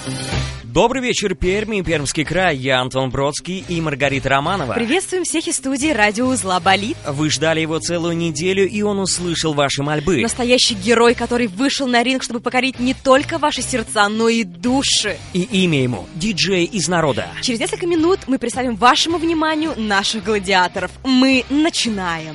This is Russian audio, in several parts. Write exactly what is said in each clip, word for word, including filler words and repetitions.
Добрый вечер, Пермь и Пермский край. Я Антон Бродский и Маргарита Романова. Приветствуем всех из студии «Радиоузла болит». Вы ждали его целую неделю, и он услышал ваши мольбы. Настоящий герой, который вышел на ринг, чтобы покорить не только ваши сердца, но и души. И имя ему – диджей из народа. Через несколько минут мы представим вашему вниманию наших гладиаторов. Мы начинаем.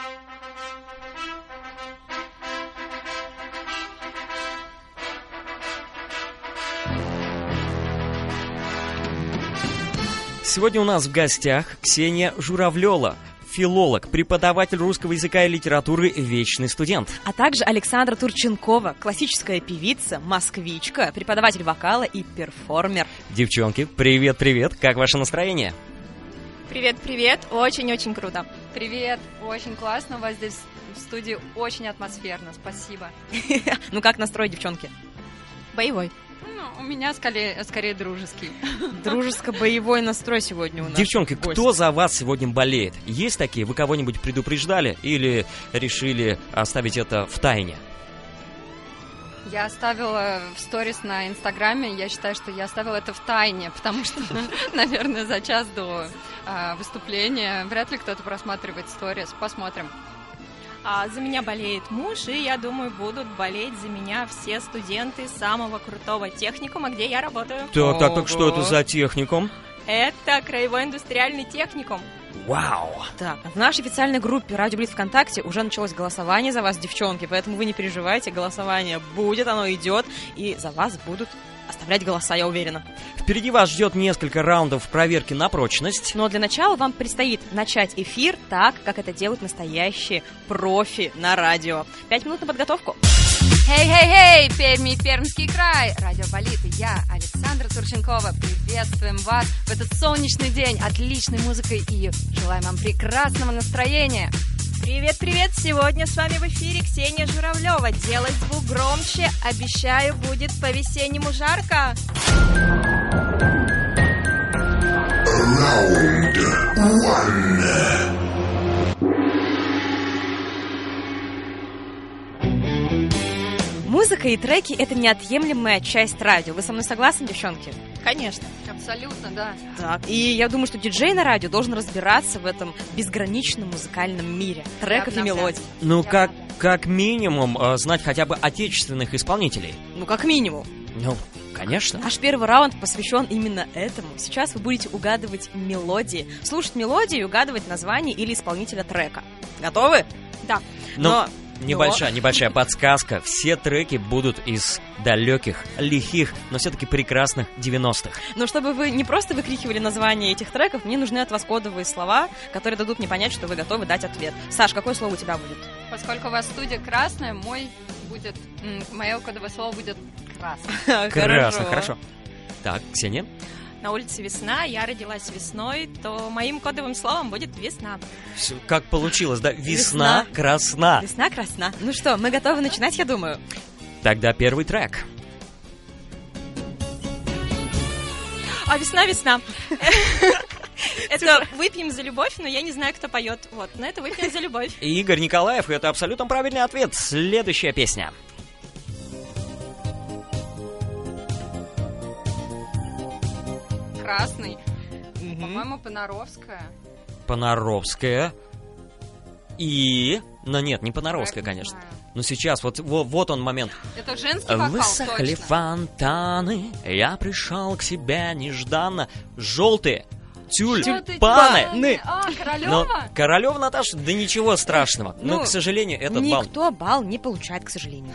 Сегодня у нас в гостях Ксения Журавлева, филолог, преподаватель русского языка и литературы, вечный студент. А также Александра Турченкова, классическая певица, москвичка, преподаватель вокала и перформер. Девчонки, привет-привет, как ваше настроение? Привет-привет, очень-очень круто. Привет, очень классно, у вас здесь в студии очень атмосферно, спасибо. Ну как настрой, девчонки? Боевой. Ну, у меня скорее, скорее дружеский. Дружеско-боевой настрой сегодня у нас. Девчонки, гость. Кто за вас сегодня болеет? Есть такие? Вы кого-нибудь предупреждали или решили оставить это в тайне? Я оставила в сторис на Инстаграме, я считаю, что я оставила это в тайне, потому что, наверное, за час до а, выступления вряд ли кто-то просматривает сторис. Посмотрим. А за меня болеет муж, и я думаю, будут болеть за меня все студенты самого крутого техникума, где я работаю. Так, так, так, что это за техникум? Это краевой индустриальный техникум. Вау! Так, в нашей официальной группе «Радио Блиц ВКонтакте» уже началось голосование за вас, девчонки, поэтому вы не переживайте, голосование будет, оно идет, и за вас будут оставлять голоса, я уверена. Впереди вас ждет несколько раундов проверки на прочность. Но для начала вам предстоит начать эфир так, как это делают настоящие профи на радио. Пять минут на подготовку. Хей-хей-хей, Пермь и Пермский край! Радио болит, и я, Александра Турченкова. Приветствуем вас в этот солнечный день отличной музыкой и желаем вам прекрасного настроения. Привет-привет! Сегодня с вами в эфире Ксения Журавлева. Делать звук громче, обещаю, будет по-весеннему жарко. Раунд one. Музыка и треки — это неотъемлемая часть радио. Вы со мной согласны, девчонки? Конечно. Абсолютно, да. Так, и я думаю, что диджей на радио должен разбираться в этом безграничном музыкальном мире треков и мелодий. Ну, как, как минимум, э, знать хотя бы отечественных исполнителей. Ну, как минимум. Ну, конечно. Наш первый раунд посвящен именно этому. Сейчас вы будете угадывать мелодии, слушать мелодии и угадывать название или исполнителя трека. Готовы? Да. Но... Но... Небольшая, небольшая подсказка. Все треки будут из далеких, лихих, но все-таки прекрасных девяностых. Но чтобы вы не просто выкрикивали название этих треков, мне нужны от вас кодовые слова, которые дадут мне понять, что вы готовы дать ответ. Саш, какое слово у тебя будет? Поскольку у вас студия красная, мой будет, мое кодовое слово будет красное. Красный, хорошо. Так, Ксения? На улице весна, я родилась весной, то моим кодовым словом будет весна. Все, как получилось, да? Весна, Весна. красна. Весна красна. Ну что, мы готовы начинать, я думаю. Тогда первый трек. А весна, весна. Это «Выпьем за любовь», но я не знаю, кто поет. Вот, но это «Выпьем за любовь». Игорь Николаев, это абсолютно правильный ответ. Следующая песня. Красный. Mm-hmm. По-моему, Понаровская. Понаровская. И... Но нет, не Понаровская, конечно. Но сейчас, вот, вот, вот он момент. Это женский вокал, Высохли точно. фонтаны, я пришел к себе нежданно. Желтые тюльпаны. Тюльпаны. А, Королева? Но Королева, Наташа, да ничего страшного. Но, Ну, к сожалению, этот балл... Никто балл не получает, к сожалению.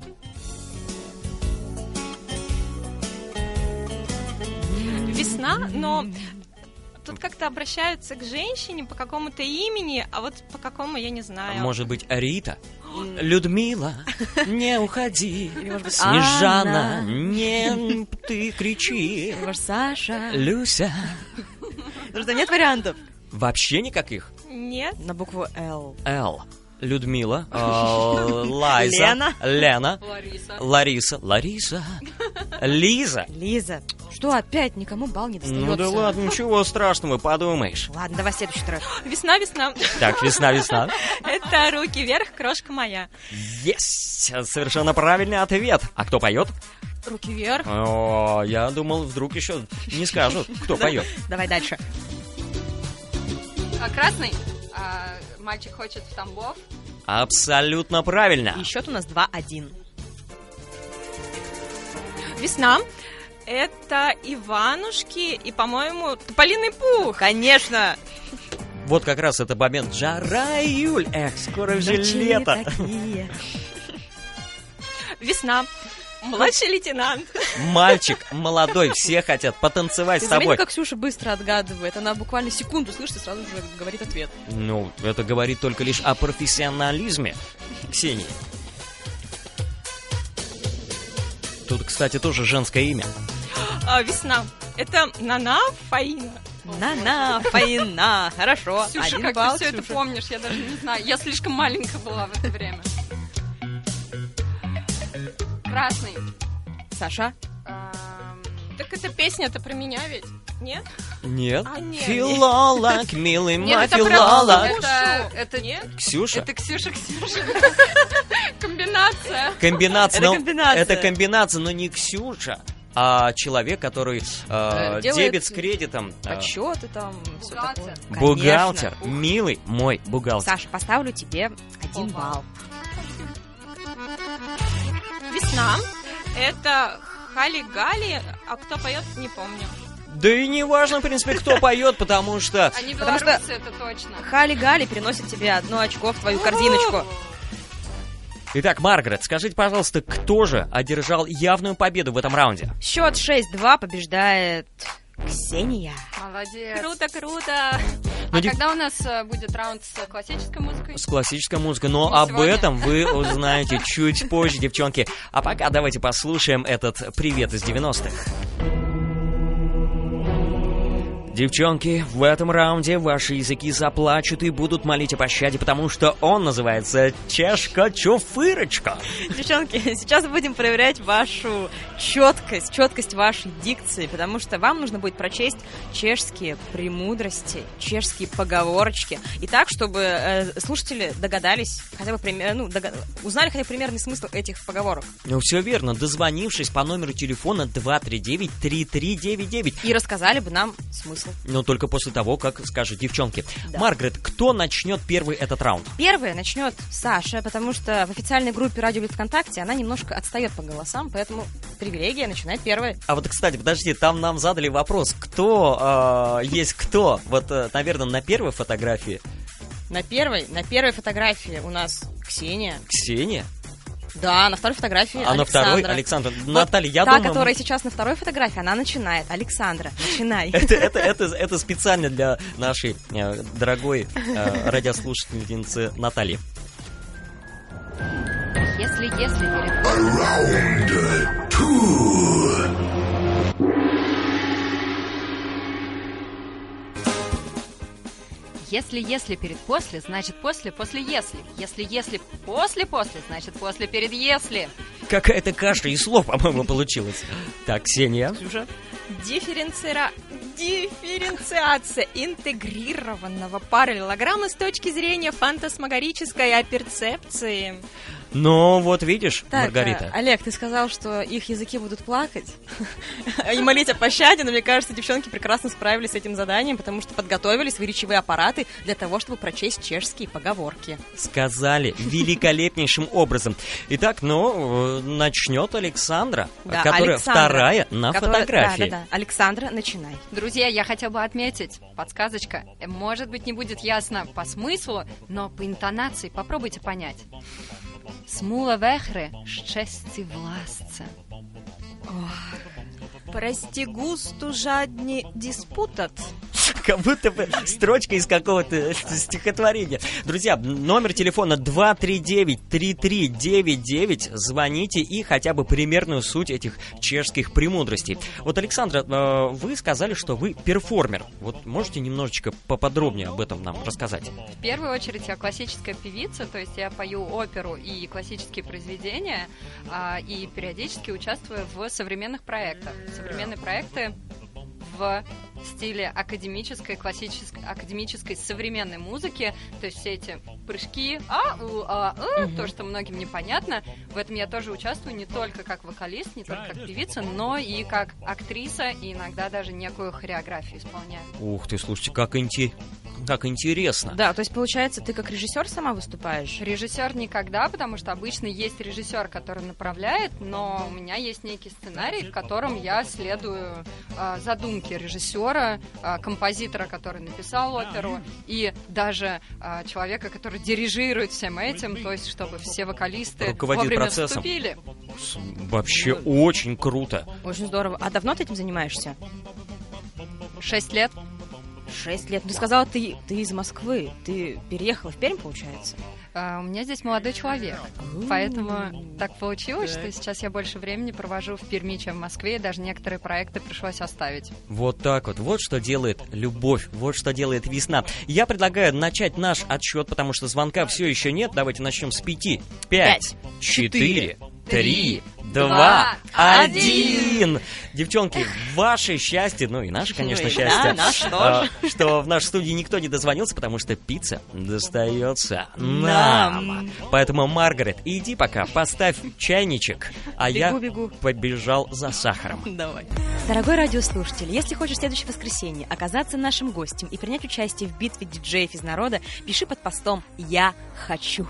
Весна, но тут как-то обращаются к женщине по какому-то имени, а вот по какому я не знаю. Может быть, Рита? Людмила, не уходи. Или, может быть, Снежана, Анна. не ты кричи. Может, Саша. Люся. Потому что нет вариантов. Вообще никаких? Нет. На букву Л. Л. Людмила, э, Лайза, Лена. Лена, Лариса. Лариса, Лариса, Лиза. Лиза. Что опять? Никому балл не достается. Ну да ладно, ничего страшного, подумаешь. Ладно, давай следующий трек. Весна, весна. Так, весна, весна. Это «Руки вверх, крошка моя». Есть! Совершенно правильный ответ. А кто поет? Руки вверх. О, я думал, вдруг еще не скажут, кто поет. Давай дальше. А, красный. А, мальчик хочет в Тамбов. Абсолютно правильно. И счет у нас два один. Весна. Это Иванушки и, по-моему, Тополиный пух. Конечно. Вот как раз это момент. Жара, июль. Эх, скоро же лето. Весна. Младший лейтенант. Мальчик молодой, все хотят потанцевать Ты с тобой. заметил, как Ксюша быстро отгадывает? Она буквально секунду слышит и сразу же говорит ответ. Ну, это говорит только лишь о профессионализме Ксении. Тут, кстати, тоже женское имя. А, весна. Это Нана Фаина. На-на, Фаина. Хорошо. Ксюша, Один как балл, ты все это Ксюша. помнишь? Я даже не знаю. Я слишком маленькая была в это время. Красный. Саша. Эм, Так эта песня-то про меня ведь? Нет? Нет. А, нет. Филолог, милый Нет, мой это правда. филолог. Это, это, Нет? Ксюша. это Ксюша, Ксюша. Комбинация. Комбинация. Это но- комбинация. Это комбинация, но не Ксюша, а человек, который э, Э, делает дебет с кредитом. э, Подсчеты там, все Бухгалтер. такое. Бухгалтер. Конечно. Милый мой бухгалтер. Саша, поставлю тебе один Опа. балл. Весна. Это Хали-Гали, а кто поет, не помню. Да и не важно, в принципе, кто поет, потому что... Они Потому что- белорусы, это точно. Хали-Гали приносит тебе одно очко в твою корзиночку. Итак, Маргарет, скажите, пожалуйста, кто же одержал явную победу в этом раунде? Счет шесть-два побеждает Ксения. Молодец. Круто, круто. Ну, А дев- когда у нас э, будет раунд с классической музыкой? С классической музыкой, но Не об сегодня. этом вы узнаете чуть позже, девчонки. А пока давайте послушаем этот привет из девяностых. Девчонки, в этом раунде ваши языки заплачут и будут молить о пощаде, потому что он называется «Чешка-чуфырочка». Девчонки, сейчас будем проверять вашу четкость, четкость вашей дикции, потому что вам нужно будет прочесть чешские премудрости, чешские поговорочки. И так, чтобы э, слушатели догадались, хотя бы пример, ну, дога- узнали хотя бы примерный смысл этих поговорок. Ну, все верно, дозвонившись по номеру телефона два три девять три три девять девять. И рассказали бы нам смысл. Но только после того, как скажут девчонки. Да. Маргарет, кто начнет первый этот раунд? Первое начнет Саша, потому что в официальной группе «Радио Блиц ВКонтакте» она немножко отстает по голосам, поэтому привилегия начинает первая. А вот, кстати, подожди, там нам задали вопрос, кто э, есть кто? Вот, э, наверное, на первой фотографии На первой, на первой фотографии у нас Ксения. Ксения, Да, на второй фотографии а на второй Александра. Александр. Вот Наталья, я та, думаю... которая сейчас на второй фотографии, она начинает. Александра, начинай. Это, это, это, это специально для нашей э, дорогой э, радиослушательницы Натальи. Если, если перед... Round two. Если, если перед после, значит после, после если. Если, если после, после, значит после перед если. Какая-то каша из слов, по-моему, получилась. Так, Ксения. Ксюша. Дифференцира... Дифференциация интегрированного параллелограмма с точки зрения фантасмагорической перцепции. Ну, вот видишь, Так, Маргарита. э, Олег, ты сказал, что их языки будут плакать и молить о пощаде, но мне кажется, девчонки прекрасно справились с этим заданием, потому что подготовили свои речевые аппараты для того, чтобы прочесть чешские поговорки. Сказали великолепнейшим образом. Итак, ну, э, начнет Александра, Да, которая Александра, вторая на которая- фотографии. Да, да, да. Александра, начинай. Друзья, я хотела бы отметить, подсказочка, э, может быть, не будет ясно по смыслу, но по интонации попробуйте понять. Смула вехре, щасті власце. Прости густу жадни диспутат. Как будто бы строчка из какого-то стихотворения. Друзья, номер телефона два три девять три три девять девять. Звоните и хотя бы примерную суть этих чешских премудростей. Вот, Александра, э, вы сказали, что вы перформер. Вот можете немножечко поподробнее об этом нам рассказать? В первую очередь я классическая певица, то есть я пою оперу и классические произведения, а, и периодически участвую в современных проектах. Современные проекты в стиле академической, классической, академической современной музыки. То есть все эти прыжки, а, у, а, э, mm-hmm. то, что многим непонятно. В этом я тоже участвую не только как вокалист, не только как певица, но и как актриса, и иногда даже некую хореографию исполняю. Ух ты, слушайте, как, инте... как интересно. Да, то есть, получается, ты как режиссер сама выступаешь? Режиссер никогда, потому что обычно есть режиссер, который направляет, но у меня есть некий сценарий, в котором я следую э, задумке режиссера, э, композитора, который написал оперу, и даже э, человека, который дирижирует всем этим, то есть чтобы все вокалисты руководит вовремя процессом. вступили. Вообще очень круто. Очень здорово. А давно ты этим занимаешься? Шесть лет. Шесть лет. Ты сказала, ты, ты из Москвы. Ты переехала в Пермь, получается? Uh, у меня здесь молодой человек, поэтому так получилось, что сейчас я больше времени провожу в Перми, чем в Москве, и даже некоторые проекты пришлось оставить. Вот так вот. Вот что делает любовь, вот что делает весна. Я предлагаю начать наш отсчет, потому что звонка все еще нет. Давайте начнем с пяти. Пять, четыре, три, два, один. Девчонки, ваше счастье, ну и наше, конечно, счастье, наше тоже, что в нашей студии никто не дозвонился, потому что пицца достается нам. Поэтому, Маргарет, иди пока, поставь чайничек, а бегу, я бегу. побежал за сахаром. Давай. Дорогой радиослушатель, если хочешь в следующее воскресенье оказаться нашим гостем и принять участие в битве диджеев из народа, пиши под постом «Я хочу».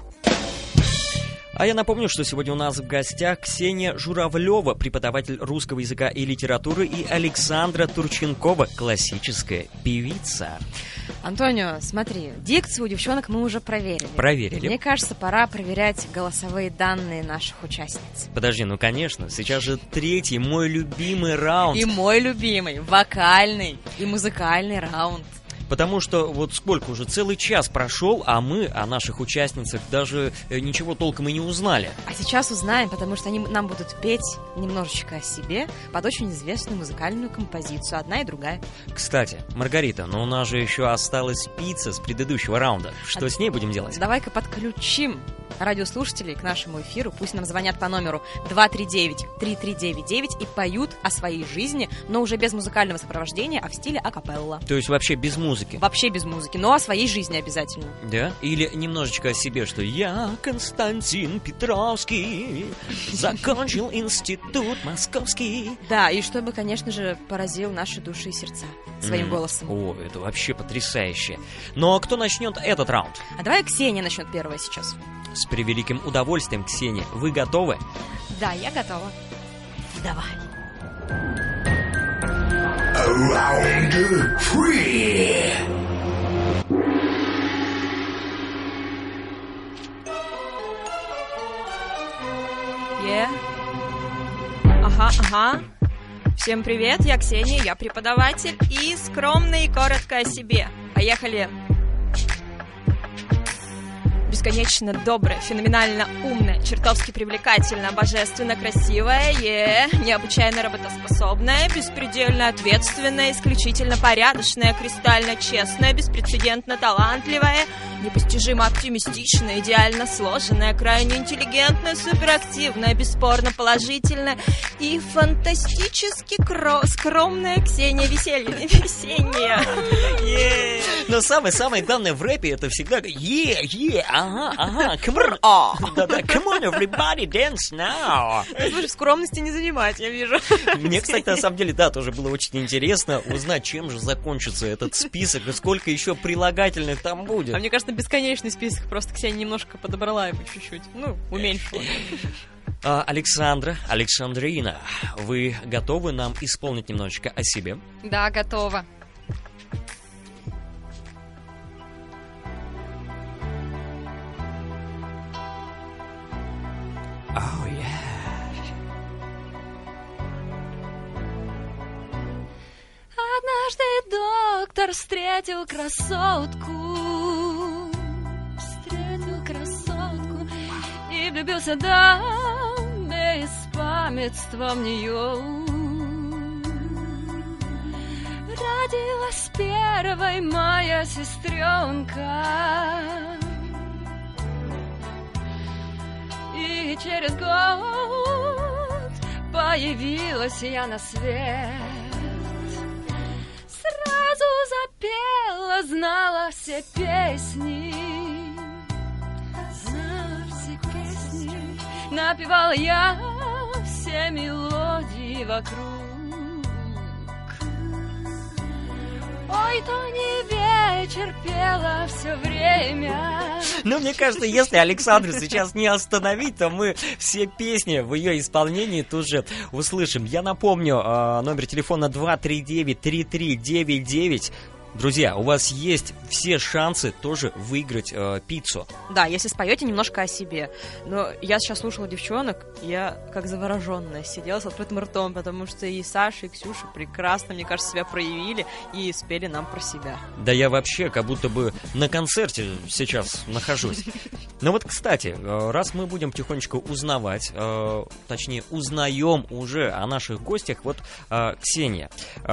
А я напомню, что сегодня у нас в гостях Ксения Журавлева, преподаватель русского языка и литературы, и Александра Турченкова, классическая певица. Антонио, смотри, дикцию у девчонок мы уже проверили. Проверили. Мне кажется, пора проверять голосовые данные наших участниц. Подожди, ну конечно, сейчас же третий, мой любимый раунд. И мой любимый, вокальный и музыкальный раунд. Потому что вот сколько уже, целый час прошел, а мы о наших участницах даже ничего толком и не узнали. А сейчас узнаем, потому что они нам будут петь немножечко о себе под очень известную музыкальную композицию, одна и другая. Кстати, Маргарита, но у нас же еще осталась пицца с предыдущего раунда. Что а с ней будем делать? Давай-ка подключим радиослушателей к нашему эфиру. Пусть нам звонят по номеру два три девять три три девять девять и поют о своей жизни, но уже без музыкального сопровождения, а в стиле акапелла. То есть вообще без музыки? Вообще без музыки, но о своей жизни обязательно. Да? Или немножечко о себе, что я Константин Петровский, закончил институт московский. Да, и чтобы, конечно же, поразил наши души и сердца своим mm. голосом. О, это вообще потрясающе. Но кто начнет этот раунд? А давай Ксения начнет первая сейчас. С превеликим удовольствием, Ксения. Вы готовы? Да, я готова. Давай. Round three. Yeah. Ага, ага. Всем привет, я Ксения, я преподаватель и скромно и коротко о себе. Поехали. Бесконечно добрая, феноменально умная, чертовски привлекательная, божественно красивая, е, необычайно работоспособная, беспредельно ответственная, исключительно порядочная, кристально честная, беспрецедентно талантливая, непостижимо оптимистичная, идеально сложенная, крайне интеллигентная, суперактивная, бесспорно положительная и фантастически кро- скромная Ксения Веселья- Весенняя. Yeah. Но самое-самое главное в рэпе это всегда е, е, ага, ага, come on, да-да, come on, everybody, dance now. Слушай, скромности не занимать, я вижу. Мне, кстати, на самом деле, да, тоже было очень интересно узнать, чем же закончится этот список и сколько еще прилагательных там будет. А мне кажется, бесконечный список, просто Ксения немножко подобрала его чуть-чуть, ну, уменьшила. А, Александра, Александрина, вы готовы нам исполнить немножечко о себе? Да, готова. Oh, yeah. Однажды доктор встретил красотку, встретил красотку и влюбился до беспамятства в нее. Родилась первой моя сестренка, и через год появилась я на свет. пела, знала все песни, знала все песни, напевала я все мелодии вокруг. Ой, то не вечер пела все время. Ну, мне кажется, если Александру сейчас не остановить, то мы все песни в ее исполнении тут же услышим. Я напомню, номер телефона два три девять три три девять девять. Друзья, у вас есть все шансы тоже выиграть э, пиццу. Да, если споете немножко о себе. Но я сейчас слушала девчонок, я как завороженная сидела с открытым ртом, потому что и Саша, и Ксюша прекрасно, мне кажется, себя проявили и спели нам про себя. Да я вообще как будто бы на концерте сейчас нахожусь. Ну вот, кстати, раз мы будем потихонечку узнавать, э, точнее, узнаем уже о наших гостях, вот, э, Ксения,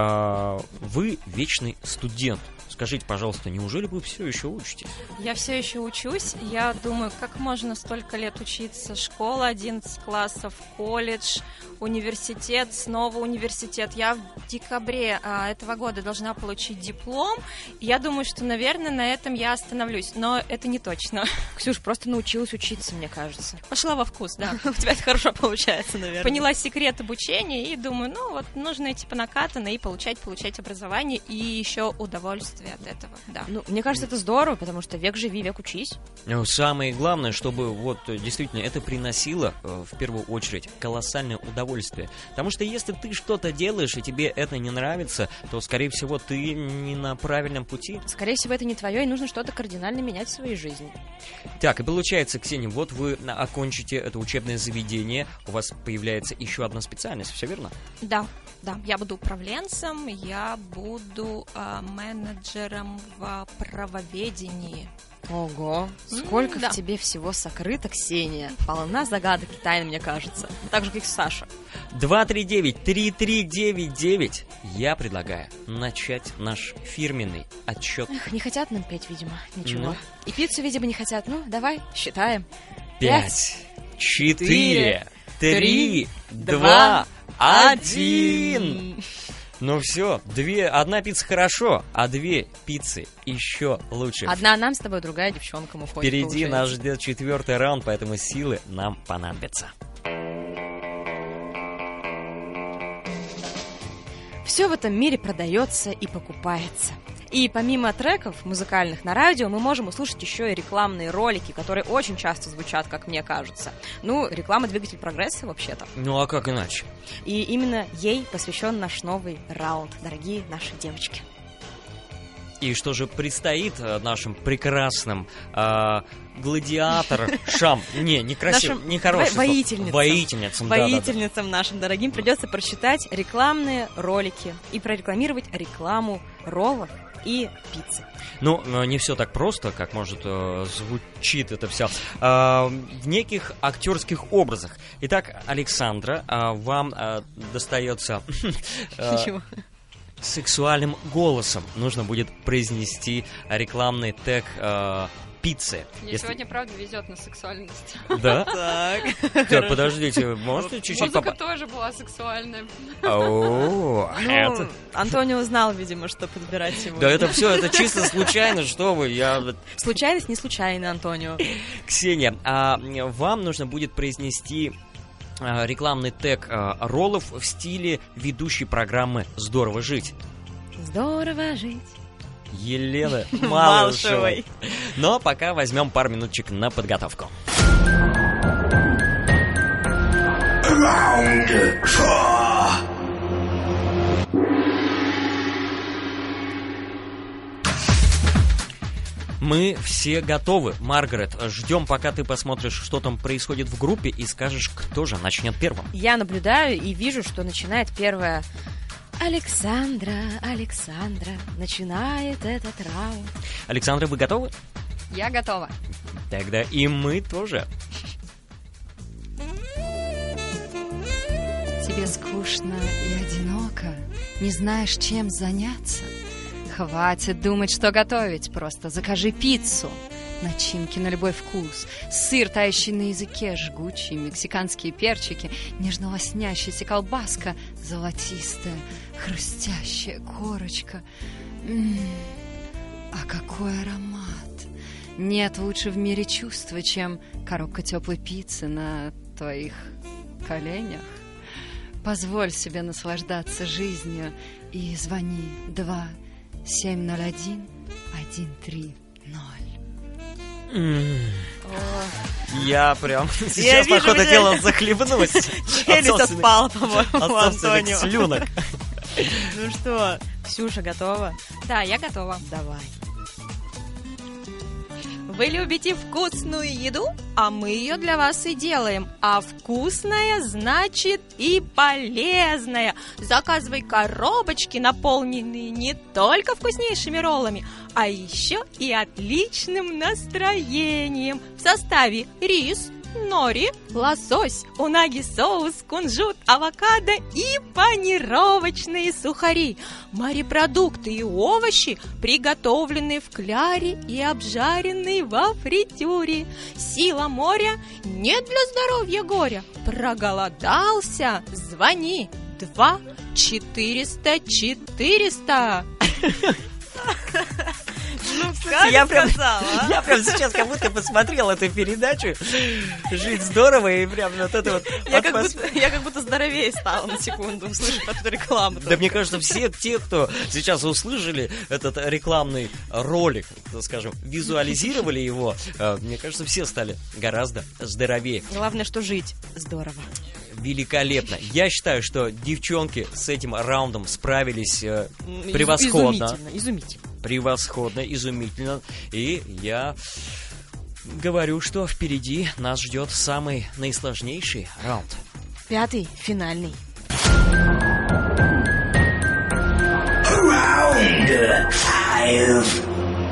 э, вы вечный студент. Скажите, пожалуйста, неужели вы все еще учитесь? Я все еще учусь. Я думаю, как можно столько лет учиться? Школа, одиннадцать классов, колледж, университет, снова университет. Я в декабре а, этого года должна получить диплом. Я думаю, что, наверное, на этом я остановлюсь. Но это не точно. Ксюш, просто научилась учиться, мне кажется. Пошла во вкус, да. У тебя это хорошо получается, наверное. Поняла секрет обучения и думаю, ну вот нужно идти по накатанной и получать, получать образование и еще удовольствие от этого, да. Ну, мне кажется, это здорово, потому что век живи, век учись. Ну, самое главное, чтобы вот действительно это приносило э, в первую очередь колоссальное удовольствие. Потому что если ты что-то делаешь и тебе это не нравится, то, скорее всего, ты не на правильном пути. Скорее всего, это не твое, и нужно что-то кардинально менять в своей жизни. Так, и получается, Ксения, вот вы окончите это учебное заведение, у вас появляется еще одна специальность, все верно? Да, да, я буду управленцем, я буду э, менеджером в правоведении. Ого, сколько М, да. в тебе всего сокрыто, Ксения. Полна загадок и тайн, мне кажется. Так же, как и Саша. два три девять три три девять девять. Я предлагаю начать наш фирменный отчет. Эх, не хотят нам петь, видимо, ничего. Ну. И пиццу, видимо, не хотят. Ну, давай, считаем. Пять, четыре, три, три, два, два, один. Ну все, две, одна пицца хорошо, а две пиццы еще лучше. Одна нам с тобой, другая девчонкам уходит. Впереди получается. нас ждет четвертый раунд, поэтому силы нам понадобятся. Все в этом мире продается и покупается. И помимо треков музыкальных на радио, мы можем услышать еще и рекламные ролики, которые очень часто звучат, как мне кажется. Ну, реклама — двигатель прогресса, вообще-то. Ну а как иначе? И именно ей посвящен наш новый раунд, дорогие наши девочки. И что же предстоит э, нашим прекрасным э, гладиаторшам, не, некрасивым, Нашим нехорошим, во- воительницам. воительницам, да, да, да. Воительницам нашим дорогим придется прочитать рекламные ролики и прорекламировать рекламу роллов и пиццы. Ну, э, не все так просто, как может э, звучит это все. Э, в неких актерских образах. Итак, Александра, э, вам э, достается э, Чего? сексуальным голосом нужно будет произнести рекламный тег э, пиццы. Мне Если- сегодня, правда, везет на сексуальность. Да? Так. Так, подождите, можете чуть-чуть Музыка попа... тоже была сексуальная. О, Ну, это... Антонио знал, видимо, что подбирать сегодня. Да это все, это чисто случайно, что вы, я... Случайность не случайная, Антонио. Ксения, а вам нужно будет произнести а, рекламный тег а, роллов в стиле ведущей программы «Здорово жить». Здорово жить. Елены Малышевой. Малышевой. Но пока возьмем пару минуточек на подготовку. Round four. Мы все готовы, Маргарет. Ждем, пока ты посмотришь, что там происходит в группе, и скажешь, кто же начнет первым. Я наблюдаю и вижу, что начинает первая Александра, Александра, начинает этот раунд. Александра, вы готовы? Я готова. Тогда и мы тоже. Тебе скучно и одиноко, не знаешь, чем заняться? Хватит думать, что готовить, просто закажи пиццу. Начинки на любой вкус, сыр, тающий на языке, жгучие мексиканские перчики, нежно-лоснящаяся колбаска, золотистая, хрустящая корочка. М-м-м. А какой аромат! Нет лучше в мире чувства, чем коробка теплой пиццы на твоих коленях. Позволь себе наслаждаться жизнью и звони два семь ноль один один три ноль. М. Я прям Я сейчас, вижу, по ходу меня- дела, захлебнусь. Челюсть от собственных- отпала, по-моему, от у собственных Антонио. слюнок. Ну что, Ксюша, готова? Да, я готова. Давай. Вы любите вкусную еду, а мы ее для вас и делаем. А вкусная значит и полезная. Заказывай коробочки, наполненные не только вкуснейшими роллами, а еще и отличным настроением. В составе рис, нори, лосось, унаги-соус, кунжут, авокадо и панировочные сухари. Морепродукты и овощи, приготовленные в кляре и обжаренные во фритюре. Сила моря не для здоровья горя. Проголодался? Звони. Два четыреста четыреста. Ну, как Я прям, сказала, а? я прям сейчас как будто посмотрел эту передачу «Жить здорово» и прям вот это вот... Я как, атмос- будто, я как будто здоровее стала на секунду, услышав эту рекламу. Да мне кажется, все те, кто сейчас услышали этот рекламный ролик, так скажем, визуализировали его, э, мне кажется, все стали гораздо здоровее. Главное, что жить здорово. Великолепно. Я считаю, что девчонки с этим раундом справились э, Из- превосходно. Изумительно, изумительно. Превосходно, изумительно. И я говорю, что впереди нас ждет самый наисложнейший раунд. Пятый, финальный. Round five.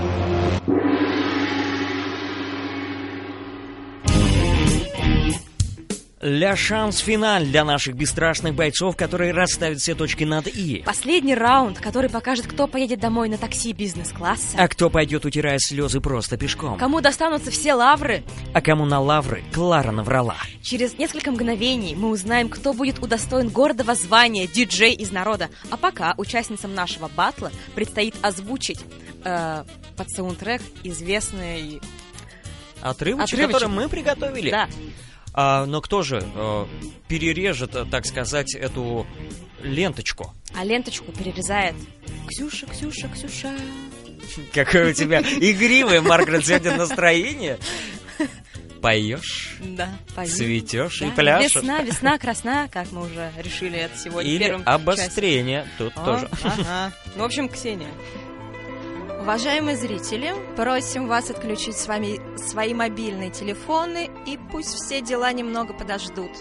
Ля шанс финаль для наших бесстрашных бойцов, которые расставят все точки над «и». Последний раунд, который покажет, кто поедет домой на такси бизнес-класса. А кто пойдет, утирая слезы, просто пешком? Кому достанутся все лавры? А кому на лавры Клара наврала? Через несколько мгновений мы узнаем, кто будет удостоен гордого звания диджей из народа. А пока участницам нашего батла предстоит озвучить э, под саундтрек известный... Отрывочек, Отрывочек. который мы приготовили. Да, А, но кто же э, перережет, э, так сказать, эту ленточку? а ленточку перерезает Ксюша, Ксюша, Ксюша. Какое у тебя игривое, Маргарет, сегодня настроение. Поешь, Да, пою. цветешь и Да, пляшешь. Весна, весна, красна, как мы уже решили это сегодня в Или первом часе. обострение, тут О, тоже. Ага. Ну, в общем, Ксения. Уважаемые зрители, просим вас отключить с вами свои мобильные телефоны, и пусть все дела немного подождут.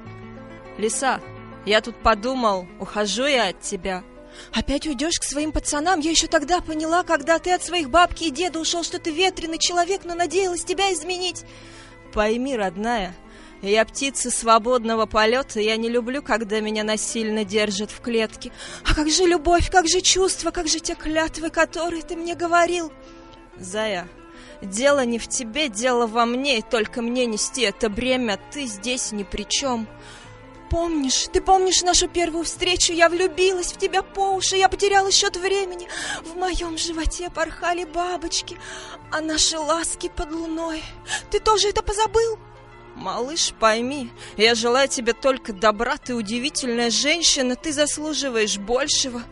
Лиса, я тут подумал, ухожу я от тебя. Опять уйдешь к своим пацанам? Я еще тогда поняла, когда ты от своих бабки и деда ушел, что ты ветреный человек, но надеялась тебя изменить. Пойми, родная, я птица свободного полета, я не люблю, когда меня насильно держат в клетке. А как же любовь, как же чувства, как же те клятвы, которые ты мне говорил? Зая, дело не в тебе, дело во мне, и только мне нести это бремя, ты здесь ни при чем. Помнишь, ты помнишь нашу первую встречу? Я влюбилась в тебя по уши, я потеряла счет времени. В моем животе порхали бабочки, а наши ласки под луной. Ты тоже это позабыл? Малыш, пойми, я желаю тебе только добра, ты удивительная женщина, ты заслуживаешь большего.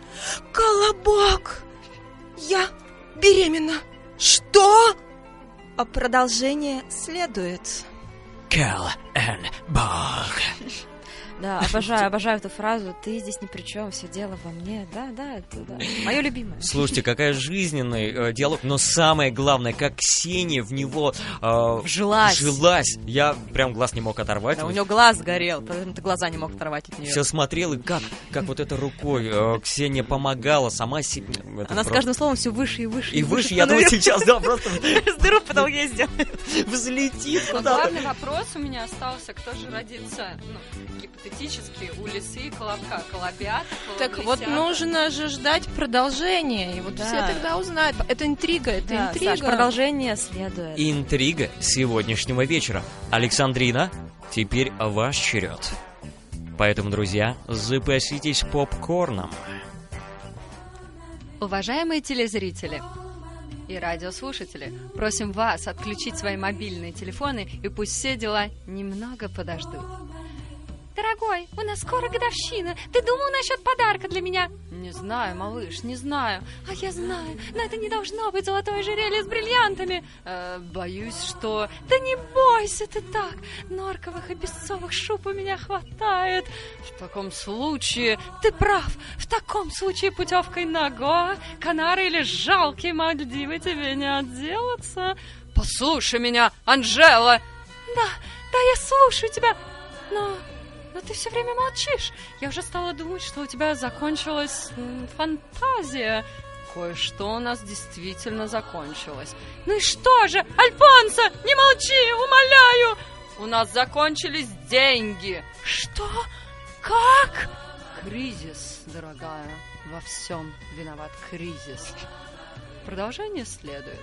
Колобок! Я беременна. Что? А продолжение следует. Кэл and Баг. Да, обожаю, обожаю эту фразу. Ты здесь ни при чем, все дело во мне. Да, да, это да. Мое любимое. Слушайте, какая жизненный э, диалог, но самое главное, как Ксения в него э, Вжилась. вжилась. Я прям глаз не мог оторвать. Да, у него глаз горел, поэтому ты глаза не мог оторвать от нее. Все смотрел, и как, как вот этой рукой э, Ксения помогала сама себе. Это Она с просто- каждым словом все выше и выше. И выше, я думаю, сейчас, да, просто С дыру в потолке сделает. взлетит Но куда-то. главный вопрос у меня остался, кто же родится, ну, гипотетически, у лисы и колобка, колобята, Так вот колоблесята. нужно же ждать продолжения, и вот Да. все тогда узнают. Это интрига, это Да, интрига. Саш, продолжение следует. Интрига сегодняшнего вечера. Александрина, теперь ваш черед. Поэтому, друзья, запаситесь попкорном. Уважаемые телезрители, и радиослушатели, просим вас отключить свои мобильные телефоны, и пусть все дела немного подождут. Дорогой, у нас скоро годовщина. Ты думал насчет подарка для меня? Не знаю, малыш, не знаю. А я знаю, но это не должно быть золотое ожерелье с бриллиантами. Э, боюсь, что... Да не бойся ты так. Норковых и песцовых шуб у меня хватает. В таком случае... Ты прав. В таком случае путевкой на Гоа, Канары или жалкие Мальдивы тебе не отделаться. Послушай меня, Анжела! Да, да, я слушаю тебя. Но... Но ты все время молчишь. Я уже стала думать, что у тебя закончилась м, фантазия. Кое-что у нас действительно закончилось. Ну и что же, Альфонсо, не молчи, умоляю! У нас закончились деньги. Что? Как? Кризис, дорогая. Во всем виноват кризис. Продолжение следует.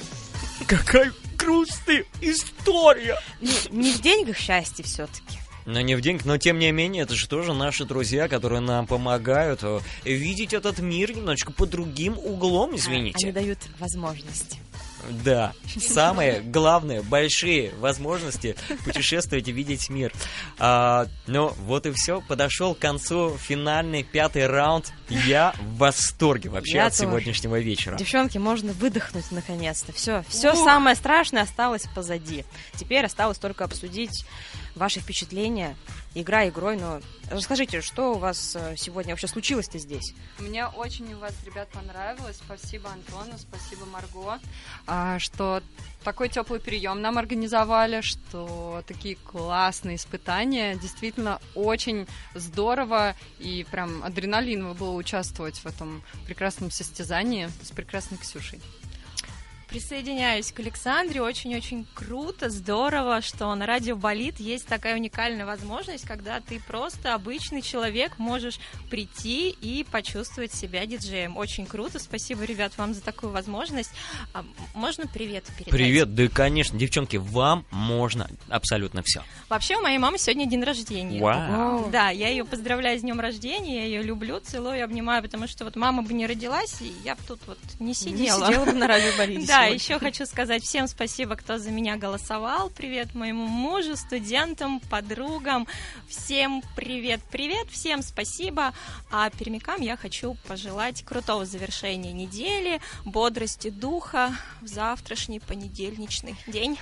Какая грустная история! Не, не в деньгах счастье все-таки. Но не в деньгах, но тем не менее, это же тоже наши друзья, которые нам помогают э, видеть этот мир немножечко под другим углом, извините. Они дают возможности. Да, самые главные, большие возможности путешествовать и видеть мир. А, ну, вот и все, подошел к концу финальный пятый раунд. Я в восторге вообще Я от тоже. сегодняшнего вечера. Девчонки, можно выдохнуть наконец-то. Все, все самое страшное осталось позади. Теперь осталось только обсудить ваши впечатления. Игра игрой, но расскажите, что у вас сегодня вообще случилось-то здесь? Мне очень у вас, ребят, понравилось. Спасибо Антону, спасибо Марго, а, что такой теплый прием нам организовали, что такие классные испытания. Действительно очень здорово и прям адреналиново было участвовать в этом прекрасном состязании с прекрасной Ксюшей. Присоединяюсь к Александре. Очень-очень круто, здорово, что на радио Болит есть такая уникальная возможность, когда ты просто обычный человек можешь прийти и почувствовать себя диджеем. Очень круто. Спасибо, ребят, вам за такую возможность. А можно привет передать? Привет, да, конечно, девчонки, вам можно абсолютно все. Вообще, у моей мамы сегодня день рождения. Вау. Да, я ее поздравляю с днем рождения, я ее люблю, целую, обнимаю, потому что вот мама бы не родилась, и я бы тут вот не сидела. Не сидела бы на радио Болит. Да, еще хочу сказать всем спасибо, кто за меня голосовал. Привет моему мужу, студентам, подругам. Всем привет-привет, всем спасибо. А пермякам я хочу пожелать крутого завершения недели, бодрости духа в завтрашний понедельничный день.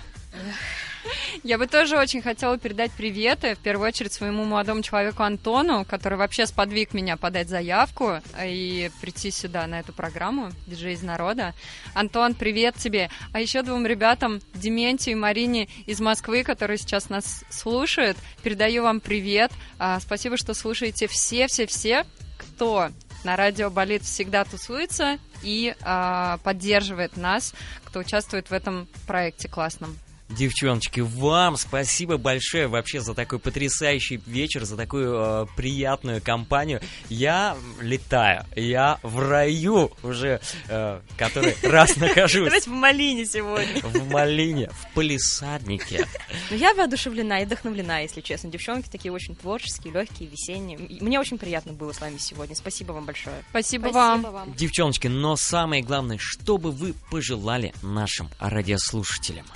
Я бы тоже очень хотела передать приветы, в первую очередь, своему молодому человеку Антону, который вообще сподвиг меня подать заявку и прийти сюда, на эту программу «Диджей из народа». Антон, привет тебе! А еще двум ребятам, Дементию и Марине из Москвы, которые сейчас нас слушают, передаю вам привет. А, спасибо, что слушаете все-все-все, кто на радио Болит всегда тусуется и а, поддерживает нас, кто участвует в этом проекте классном. Девчоночки, вам спасибо большое вообще за такой потрясающий вечер, за такую э, приятную компанию. Я летаю, я в раю уже, э, который раз нахожусь. Давайте в Малине сегодня. В Малине, в палисаднике. Ну, я воодушевлена и вдохновлена, если честно. Девчонки такие очень творческие, легкие, весенние. Мне очень приятно было с вами сегодня. Спасибо вам большое. Спасибо, Спасибо вам. вам. Девчоночки, но самое главное, что бы вы пожелали нашим радиослушателям?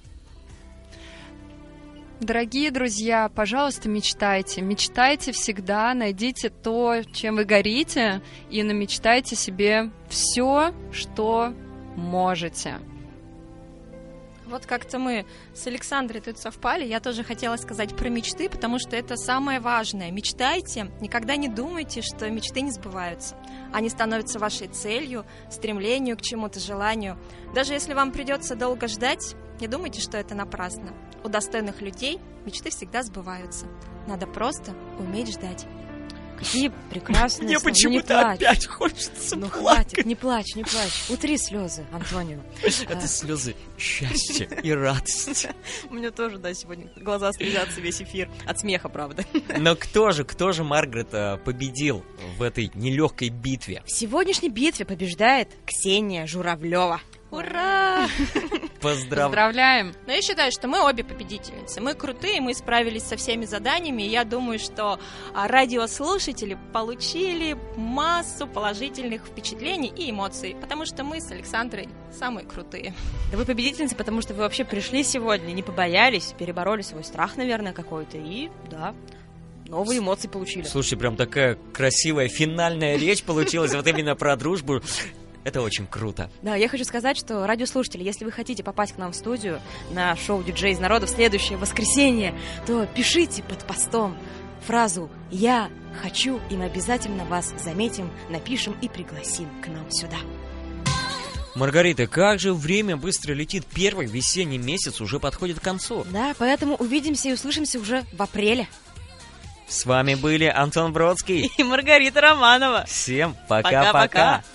Дорогие друзья, пожалуйста, мечтайте. Мечтайте всегда, найдите то, чем вы горите, и намечтайте себе все, что можете. Вот как-то мы с Александрой тут совпали. Я тоже хотела сказать про мечты, потому что это самое важное. Мечтайте, никогда не думайте, что мечты не сбываются. Они становятся вашей целью, стремлению к чему-то, желанию. Даже если вам придется долго ждать, не думайте, что это напрасно. У достойных людей мечты всегда сбываются. Надо просто уметь ждать. Какие прекрасные Мне слова. Ну, не почему-то плачь. опять хочется Ну плакать. хватит, не плачь, не плачь. Утри слезы, Антонио. Это слезы счастья и радости. У меня тоже, да, сегодня глаза слезятся весь эфир. От смеха, правда. Но кто же, кто же, Маргарет, э, победил в этой нелегкой битве? В сегодняшней битве побеждает Ксения Журавлева. Ура! Поздрав... Поздравляем! Но я считаю, что мы обе победительницы. Мы крутые, мы справились со всеми заданиями. И я думаю, что а, радиослушатели получили массу положительных впечатлений и эмоций. Потому что мы с Александрой самые крутые. Да вы победительницы, потому что вы вообще пришли сегодня, не побоялись, перебороли свой страх, наверное, какой-то. И, да, новые эмоции получили. Слушай, прям такая красивая финальная речь получилась вот именно про дружбу. Это очень круто. Да, я хочу сказать, что радиослушатели, если вы хотите попасть к нам в студию на шоу «Диджей из народа» в следующее воскресенье, то пишите под постом фразу «Я хочу», и мы обязательно вас заметим, напишем и пригласим к нам сюда. Маргарита, как же время быстро летит. Первый весенний месяц уже подходит к концу. Да, поэтому увидимся и услышимся уже в апреле. С вами были Антон Бродский И Маргарита Романова. Всем Пока-пока. пока-пока.